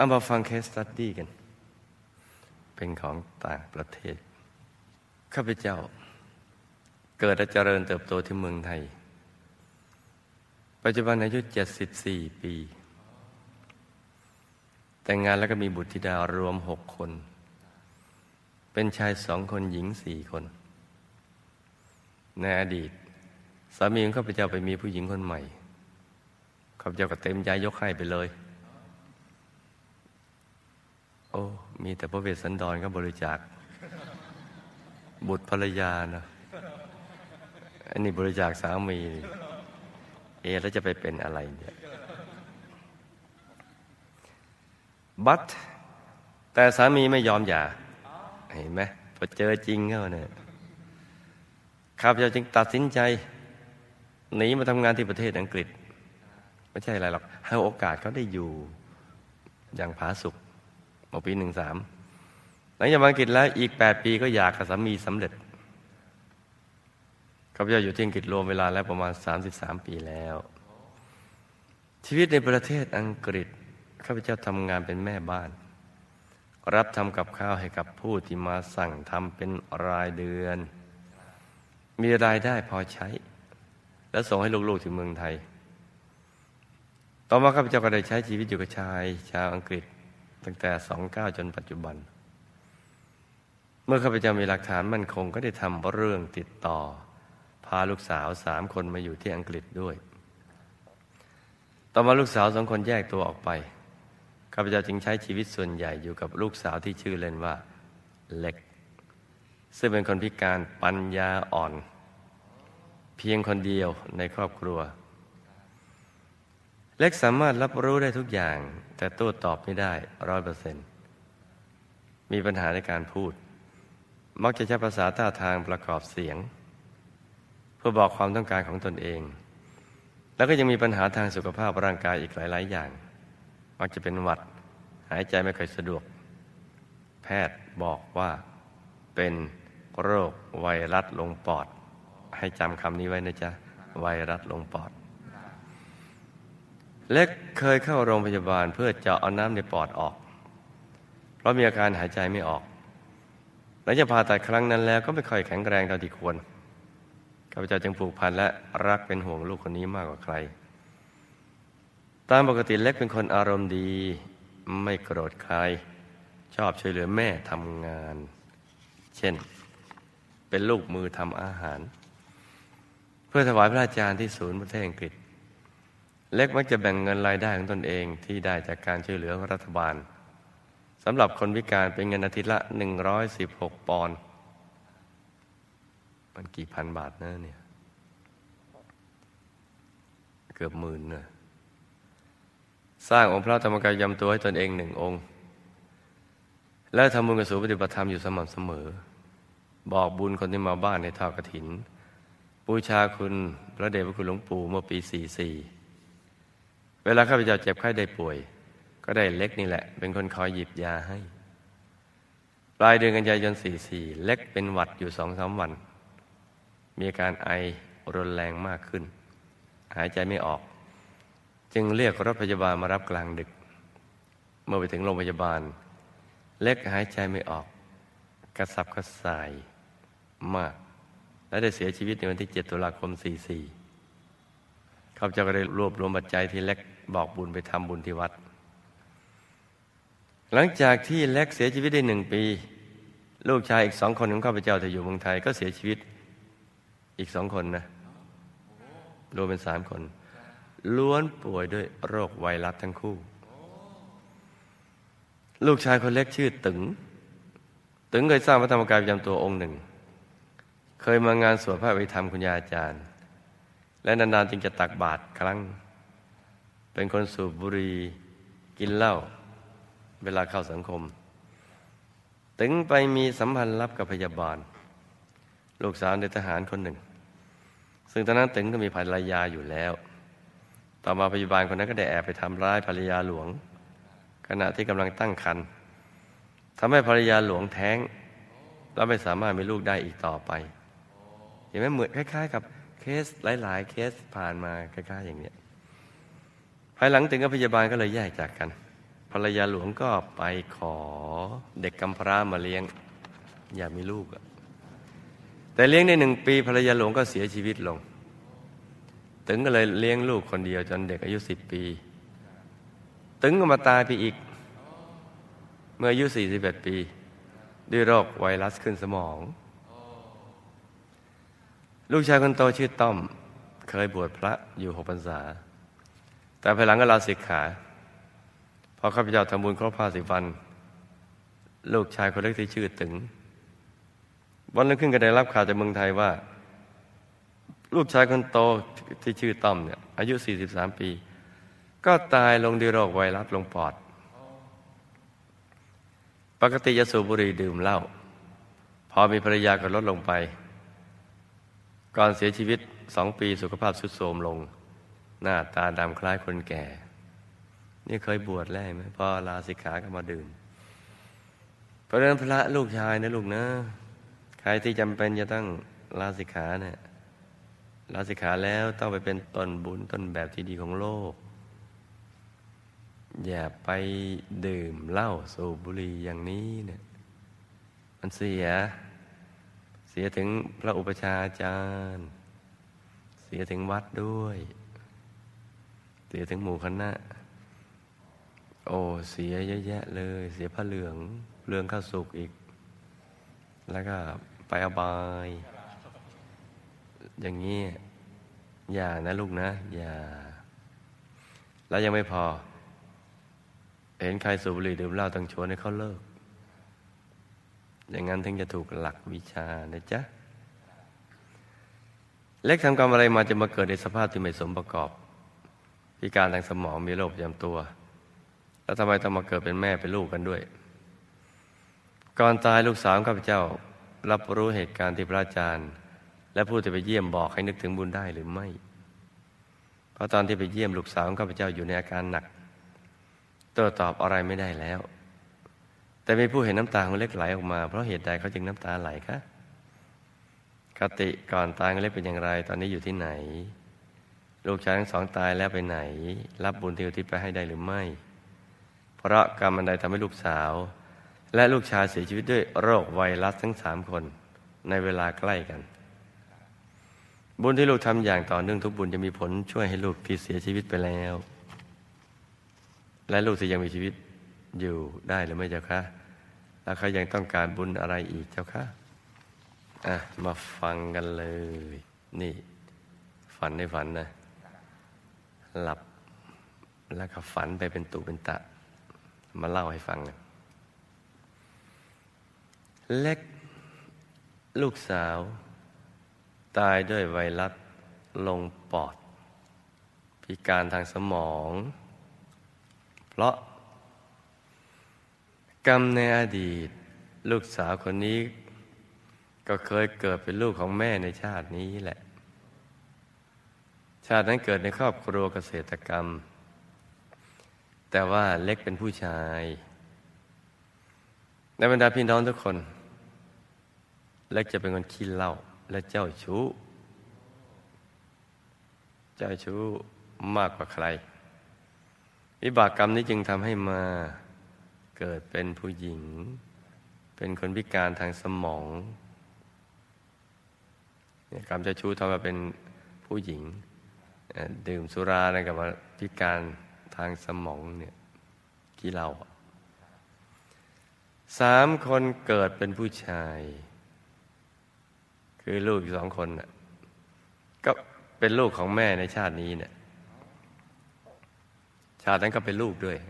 เอามาฟังเคสสตั๊ดดี้กันเป็นของต่างประเทศข้าพเจ้าเกิดและเจริญเติบโตที่เมืองไทยปัจจุบันอายุ74 ปีแต่งงานแล้วก็มีบุตรธิดารวม6 คนเป็นชาย2 คนหญิง4 คนในอดีตสามีของข้าพเจ้าไปมีผู้หญิงคนใหม่ข้าพเจ้าก็เต็มใจยกให้ไปเลยโอ้มีแต่พระเวสสันดรก็บริจาคบุตรภรรยานะอันนี้บริจาคสามีแล้วจะไปเป็นอะไรเนี่ยบัตแต่สามีไม่ยอมหย่าเห็นไหมพอเจอจริงเขาเนี่ยข้าพเจ้าจึงตัดสินใจหนีมาทำงานที่ประเทศอังกฤษไม่ใช่อะไรหรอกให้โอกาสเขาได้อยู่อย่างผาสุกเมื่อปี13หลังจากมาอังกฤษแล้วอีก8 ปีก็หย่ากับสามีสำเร็จข้าพเจ้าอยู่ที่อังกฤษรวมเวลาแล้วประมาณ33 ปีแล้วชีวิตในประเทศอังกฤษข้าพเจ้าทำงานเป็นแม่บ้านรับทำกับข้าวให้กับผู้ที่มาสั่งทำเป็นรายเดือนมีรายได้พอใช้และส่งให้ลูกๆที่เมืองไทยต่อมาข้าพเจ้าก็ได้ใช้ชีวิตอยู่กับชายชาวอังกฤษตั้งแต่29จนปัจจุบันเมื่อข้าพเจ้ามีหลักฐานมั่นคงก็ได้ทำเรื่องติดต่อพาลูกสาว3 คนมาอยู่ที่อังกฤษด้วยต่อมาลูกสาว2 คนแยกตัวออกไปข้าพเจ้าจึงใช้ชีวิตส่วนใหญ่อยู่กับลูกสาวที่ชื่อเล่นว่าเล็กซึ่งเป็นคนพิการปัญญาอ่อนเพียงคนเดียวในครอบครัวเล็กสามารถรับรู้ได้ทุกอย่างแต่โต้ตอบไม่ได้ 100% มีปัญหาในการพูดมักจะใช้ภาษาท่าทางประกอบเสียงเพื่อบอกความต้องการของตนเองแล้วก็ยังมีปัญหาทางสุขภาพร่างกายอีกหลายๆอย่างมักจะเป็นหวัดหายใจไม่ค่อยสะดวกแพทย์บอกว่าเป็นโรคไวรัสลงปอดให้จำคำนี้ไว้นะจ๊ะไวรัสลงปอดเล็กเคยเข้าโรงพยาบาลเพื่อเจาะเอาน้ำในปอดออกเพราะมีอาการหายใจไม่ออกหลังจากผ่าตัดครั้งนั้นแล้วก็ไม่ค่อยแข็งแรงเท่าที่ควรข้าพเจ้าจึงผูกพันและรักเป็นห่วงลูกคนนี้มากกว่าใครตามปกติเล็กเป็นคนอารมณ์ดีไม่โกรธใครชอบช่วยเหลือแม่ทำงานเช่นเป็นลูกมือทำอาหารเพื่อถวายพระอาจารย์ที่ศูนย์ประเทศอังกฤษเล็กมักจะแบ่งเงินรายได้ของตนเองที่ได้จากการช่วยเหลือของรัฐบาลสำหรับคนพิการเป็นเงินอาทิตย์ละ116 ปอนด์มันกี่พันบาทนะเนี่ยเกือบหมื่นนะสร้างองค์พระธรรมกายยำตัวให้ตนเอง1 องค์และทำบุญกับศูนย์ปฏิบัติธรรมอยู่สม่ำเสมอบอกบุญคนที่มาบ้านในทอดกฐินบูชาคุณพระเดชพระคุณหลวงปู่เมื่อปี44เวลาข้าพเจ้าเจ็บไข้ได้ป่วยก็ได้เล็กนี่แหละเป็นคนคอยหยิบยาให้ปลายเดือนกันยายน44เล็กเป็นหวัดอยู่ 2-3 วันมีอาการไอรุนแรงมากขึ้นหายใจไม่ออกจึงเรียกรถพยาบาลมารับกลางดึกเมื่อไปถึงโรงพยาบาลเล็กหายใจไม่ออกกระสับกระส่ายมากและได้เสียชีวิตในวันที่7 ตุลาคม44ข้าพเจ้าก็ได้รวบรวมปัจจัยที่เล็กบอกบุญไปทำบุญที่วัดหลังจากที่เล็กเสียชีวิตได้1 ปีลูกชายอีก2 คนของข้าพเจ้าที่อยู่เมืองไทยก็เสียชีวิตอีก2 คนนะรวมเป็น3 คนล้วนป่วยด้วยโรคไวรัสทั้งคู่ลูกชายคนเล็กชื่อตึงเคยสร้างพระธรรมกายประจำตัวองค์หนึ่งเคยมางานสวดพระอภิธรรมคุณยายอาจารย์และนานๆจึงจะตักบาตรครั้งเป็นคนสูบบุหรี่กินเหล้าเวลาเข้าสังคมตึงไปมีสัมพันธ์ลับกับพยาบาลลูกสาวในทหารคนหนึ่งซึ่งตอนนั้นตึงก็มีภรรยาอยู่แล้วต่อมาพยาบาลคนนั้นก็ได้แอบไปทำร้ายภรรยาหลวงขณะที่กำลังตั้งครรภ์ทำให้ภรรยาหลวงแท้งและไม่สามารถมีลูกได้อีกต่อไปเห็นไหมเหมือนคล้ายๆกับเคสหลายๆเคสผ่านมาคล้ายๆอย่างนี้ภายหลังตึงกับพยาบาลก็เลยแยกจากกันภรรยาหลวงก็ไปขอเด็กกำพร้ามาเลี้ยงอยากมีลูกแต่เลี้ยงได้1 ปีภรรยาหลวงก็เสียชีวิตลงตึงก็เลยเลี้ยงลูกคนเดียวจนเด็กอายุ10 ปีตึงก็มาตายไปอีกเมื่ออายุ41 ปีด้วยโรคไวรัสขึ้นสมองลูกชายคนโตชื่อต้อมเคยบวชพระอยู่6 พรรษาแต่ภายหลังก็ลาสิกขาพอข้าพเจ้าทำบุญครบ50 วันลูกชายคนเล็กที่ชื่อตึงวันรุ่งขึ้นก็ได้รับข่าวจากเมืองไทยว่าลูกชายคนโตที่ชื่อต้อมเนี่ยอายุ43 ปีก็ตายลงด้วยโรคไวรัสลงปอดปกติจะสูบบุหรี่ดื่มเหล้าพอมีภรรยาก็ลดลงไปก่อนเสียชีวิต2 ปีสุขภาพทรุดโทรมลงหน้าตาดำคล้ายคนแก่นี่เคยบวชแล้วไหมพอลาสิกขาก็มาดื่มเพราะฉะนั้นพระลูกชายนะลูกนะใครที่จำเป็นจะต้องลาสิกขาเนี่ยลาสิกขาแล้วต้องไปเป็นต้นบุญต้นแบบที่ดีของโลกอย่าไปดื่มเหล้าสูบบุหรี่อย่างนี้เนี่ยมันเสียถึงพระอุปชฌาย์อาจารย์เสียถึงวัดด้วยเสียถึงหมู่คณะโอ้เสียเยอะแยะเลยเสียพระเหลืองข้าวสุกอีกแล้วก็ไปอบายอย่างนี้อย่านะลูกนะอย่าแล้วยังไม่พอเห็นใครสูบบุหรี่ดื่มเหล้าต้องชวนให้เขาเลิกอย่างนั้นถึงจะถูกหลักวิชานะจ๊ะเล็กทำกรรมอะไรมาจะมาเกิดในสภาพที่ไม่สมประกอบพิการทางสมองมีโรคประจำตัวแล้วทำไมต้องมาเกิดเป็นแม่เป็นลูกกันด้วยก่อนตายลูกสาวข้าพเจ้ารับรู้เหตุการณ์ที่พระอาจารย์และผู้ที่ไปเยี่ยมบอกให้นึกถึงบุญได้หรือไม่เพราะตอนที่ไปเยี่ยมลูกสาวข้าพเจ้าอยู่ในอาการหนักโต้ตอบอะไรไม่ได้แล้วแต่มีผู้เห็นน้ำตาของเล็กไหลออกมาเพราะเหตุใดเขาจึงน้ำตาไหลคะคติก่อนตายของเล็กเป็นอย่างไรตอนนี้อยู่ที่ไหนลูกชายทั้ง 2ตายแล้วไปไหนรับบุญที่อุทิศไปให้ได้หรือไม่เพราะกรรมอันใดทำให้ลูกสาวและลูกชายเสียชีวิตด้วยโรคไวรัสทั้ง3 คนในเวลาใกล้กันบุญที่ลูกทำอย่างต่อเนื่องทุกบุญจะมีผลช่วยให้ลูกที่เสียชีวิตไปแล้วและลูกที่ยังมีชีวิตอยู่ได้หรือไม่เจ้าคะแล้วเขายังต้องการบุญอะไรอีกเจ้าคะมาฟังกันเลยนี่ฝันในฝันนะหลับแล้วก็ฝันไปเป็นตุเป็นตะมาเล่าให้ฟังกันเล็กลูกสาวตายด้วยไวรัสลงปอดพิการทางสมองเพราะกรรมในอดีตลูกสาวคนนี้ก็เคยเกิดเป็นลูกของแม่ในชาตินี้แหละชาตินั้นเกิดในครอบครัวเกษตรกรรมแต่ว่าเล็กเป็นผู้ชายในบรรดาพี่น้องทุกคนเล็กจะเป็นคนขี้เหล้าและเจ้าชู้มากกว่าใครวิบากกรรมนี้จึงทำให้มาเกิดเป็นผู้หญิงเป็นคนพิการทางสมองเนี่ยกรรมเจ้าชู้ทำมาเป็นผู้หญิงดื่มสุรานะกับพิการทางสมองเนี่ยขี้เหล้า3 คนเกิดเป็นผู้ชายคือลูกอีก2 คนน่ะก็เป็นลูกของแม่ในชาตินี้เนี่ยชาตินั้นก็เป็นลูกด้วย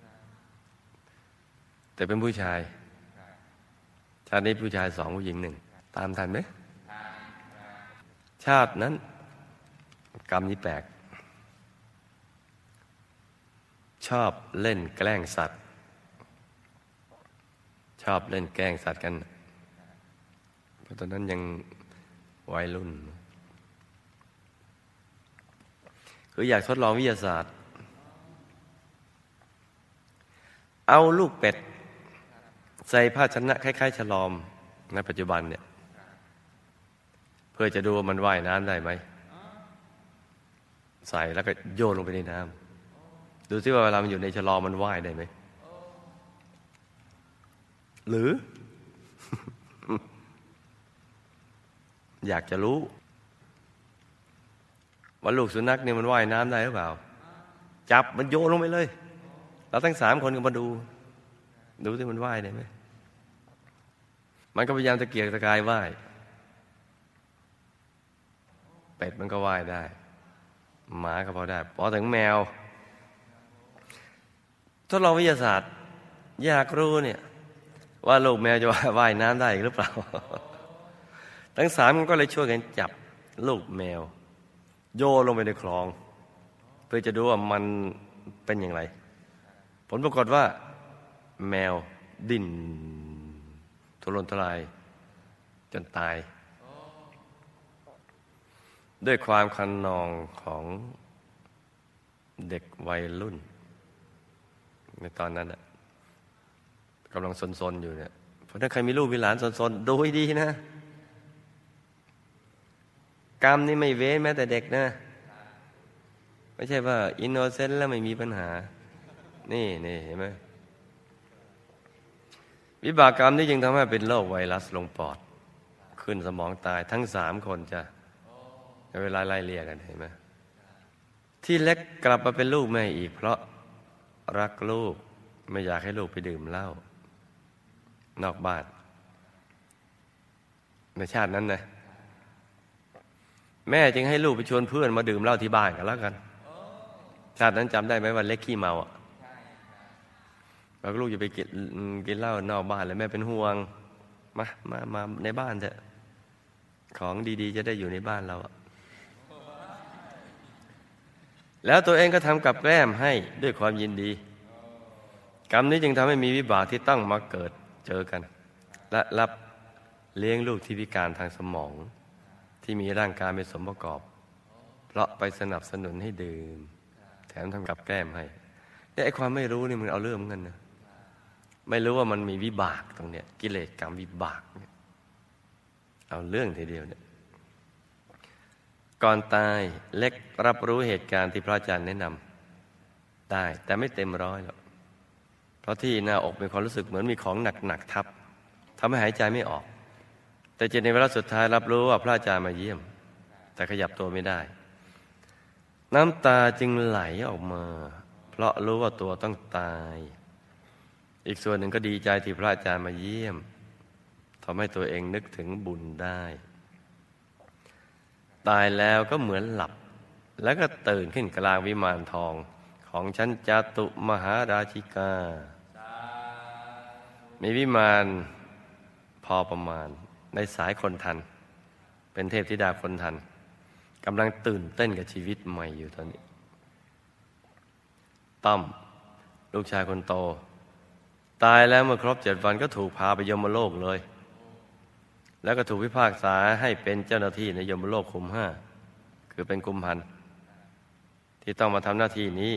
แต่เป็นผู้ชายชาตินี้ผู้ชาย2 ผู้หญิง1ตามทันไหมชาตินั้นกรรมนี้แปลกชอบเล่นแกล้งสัตว์ชอบเล่นแกล้งสัตว์กันเพราะตอนนั้นยังวัยรุ่นคืออยากทดลองวิทยาศาสตร์เอาลูกเป็ดใส่ภาชนะคล้ายๆฉลอมในปัจจุบันเนี่ยเพื่อจะดูว่ามันว่ายน้ำได้ไหมใส่แล้วก็โยนลงไปในน้ำดูซิว่าเวลามันอยู่ในฉลอมมันว่ายได้ไหมหรือ อยากจะรู้ว่าลูกสุนัขเนี่ยมันว่ายน้ำได้หรือเปล่าจับมันโยนลงไปเลยเราทั้ง3 คนก็มาดูที่มันว่ายได้ไหมมันก็พยายามตะเกียกตะกายว่ายเป็ดมันก็ว่ายได้หมาก็พอได้พอถึงแมวทดลองวิทยาศาสตร์อยากรู้เนี่ยว่าลูกแมวจะว่ายน้ำได้หรือเปล่า ทั้ง3 คนก็เลยช่วยกันจับลูกแมวโยนลงไปในคลองเพื่อจะดูว่ามันเป็นอย่างไรผลปรากฏว่าแมวดิ้นทุรนทุรายจนตายด้วยความคันนองของเด็กวัยรุ่นในตอนนั้นกำลังซนๆอยู่เนี่ยเพราะถ้าใครมีลูกมีหลานซนๆดูให้ดีนะกรรมนี่ไม่เว้นแม้แต่เด็กนะไม่ใช่ว่าอินโนเซนต์แล้วไม่มีปัญหานี่เห็นไหมวิบากกรรมนี่จึงทำให้เป็นโรคไวรัสลงปอดขึ้นสมองตายทั้ง3 คนจ้ะเวลาไล่เลี่ยกันเห็นไหมที่เล็กกลับมาเป็นลูกแม่อีกเพราะรักลูกไม่อยากให้ลูกไปดื่มเหล้านอกบ้านในชาตินั้นนะแม่จึงให้ลูกไปชวนเพื่อนมาดื่มเหล้าที่บ้านกันแล้วกันชาตินั้นจำได้ไหมว่าเล็กขี้เมาแล้วลูกจะไปกินเหล้านอกบ้านเลยแม่เป็นห่วงมาในบ้านเถอะของดีๆจะได้อยู่ในบ้านเราแล้วตัวเองก็ทำกับแกล้มให้ด้วยความยินดีกรรมนี้จึงทำให้มีวิบากที่ต้องมาเกิดเจอกันและรับเลี้ยงลูกที่พิการทางสมองที่มีร่างกายไม่สมประกอบเพราะไปสนับสนุนให้ดื่มแถมทำกับแกล้มให้ไอ้ความไม่รู้นี่มันเอาเรื่องกันนะไม่รู้ว่ามันมีวิบากตรงเนี้ยกิเลสกรรมวิบากเนี่ยเอาเรื่องทีเดียวเนี่ยก่อนตายเล็กรับรู้เหตุการณ์ที่พระอาจารย์แนะนำได้แต่ไม่เต็มร้อยหรอกเพราะที่หน้าอกมีความรู้สึกเหมือนมีของหนักๆทับทำให้หายใจไม่ออกแต่ในเวลาสุดท้ายรับรู้ว่าพระอาจารย์มาเยี่ยมแต่ขยับตัวไม่ได้น้ำตาจึงไหลออกมาเพราะรู้ว่าตัวต้องตายอีกส่วนหนึ่งก็ดีใจที่พระอาจารย์มาเยี่ยมทำให้ตัวเองนึกถึงบุญได้ตายแล้วก็เหมือนหลับแล้วก็ตื่นขึ้นกลางวิมานทองของชั้นจาตุมหาราชิกามีวิมานพอประมาณในสายคนทันเป็นเทพธิดาคนทันกำลังตื่นเต้นกับชีวิตใหม่อยู่ตอนนี้ต้อมลูกชายคนโตตายแล้วเมื่อครบ7 วันก็ถูกพาไปยมโลกเลยแล้วก็ถูกพิพากษาให้เป็นเจ้าหน้าที่ในยมโลกขุม5คือเป็นกุมพันที่ต้องมาทำหน้าที่นี้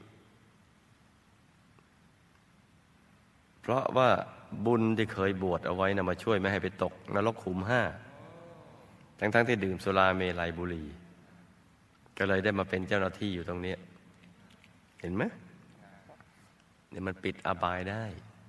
เพราะว่าบุญที่เคยบวชเอาไว้นะมาช่วยไม่ให้ไปตกนรกขุม5ทั้งที่ดื่มสุราเมลัยบุหรี่ก็เลยได้มาเป็นเจ้าหน้าที่อยู่ตรงนี้เห็นไหมเนี่ยมันปิดอบายได้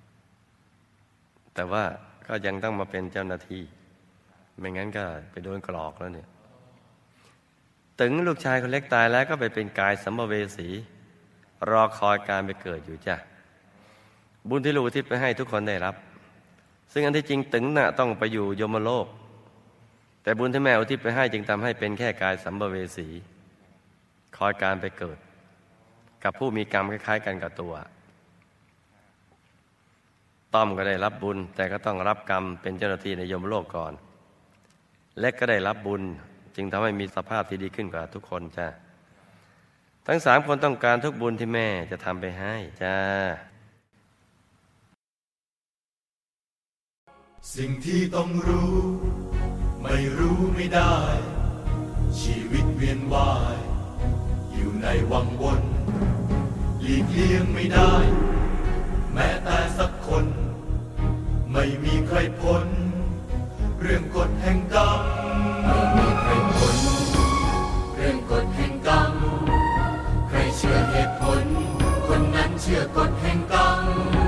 แต่ว่าก็ยังต้องมาเป็นเจ้าหน้าที่ไม่งั้นก็ไปโดนกรอกแล้วเนี่ยตึงลูกชายคนเล็กตายแล้วก็ไปเป็นกายสัมภเวสีรอคอยการไปเกิดอยู่จ้ะบุญที่ลูกอุทิศไปให้ทุกคนได้รับซึ่งอันที่จริงตึงน่ะต้องไปอยู่ยมโลกแต่บุญที่แม่อุทิศไปให้จึงทำให้เป็นแค่กายสัมภเวสีคอยการไปเกิดกับผู้มีกรรมคล้ายๆกันกับตัวต้อมก็ได้รับบุญแต่ก็ต้องรับกรรมเป็นเจ้าหน้าที่ในยมโลกก่อนเล็กก็ได้รับบุญจึงทำให้มีสภาพที่ดีขึ้นกว่าทุกคนจ้ะทั้ง3 คนต้องการทุกบุญที่แม่จะทำไปให้จ้าสิ่งที่ต้องรู้ไม่รู้ไม่ได้ชีวิตเวียนว่ายอยู่ในวังวนหลีกเลี่ยงไม่ได้แม้แต่สักคนไม่มีใครพ้นเรื่องกฎแห่งกรรมไม่มีใครพ้นเรื่องกฎแห่งกรรมใครเชื่อเหตุผลคนนั้นเชื่อกฎแห่งกรรม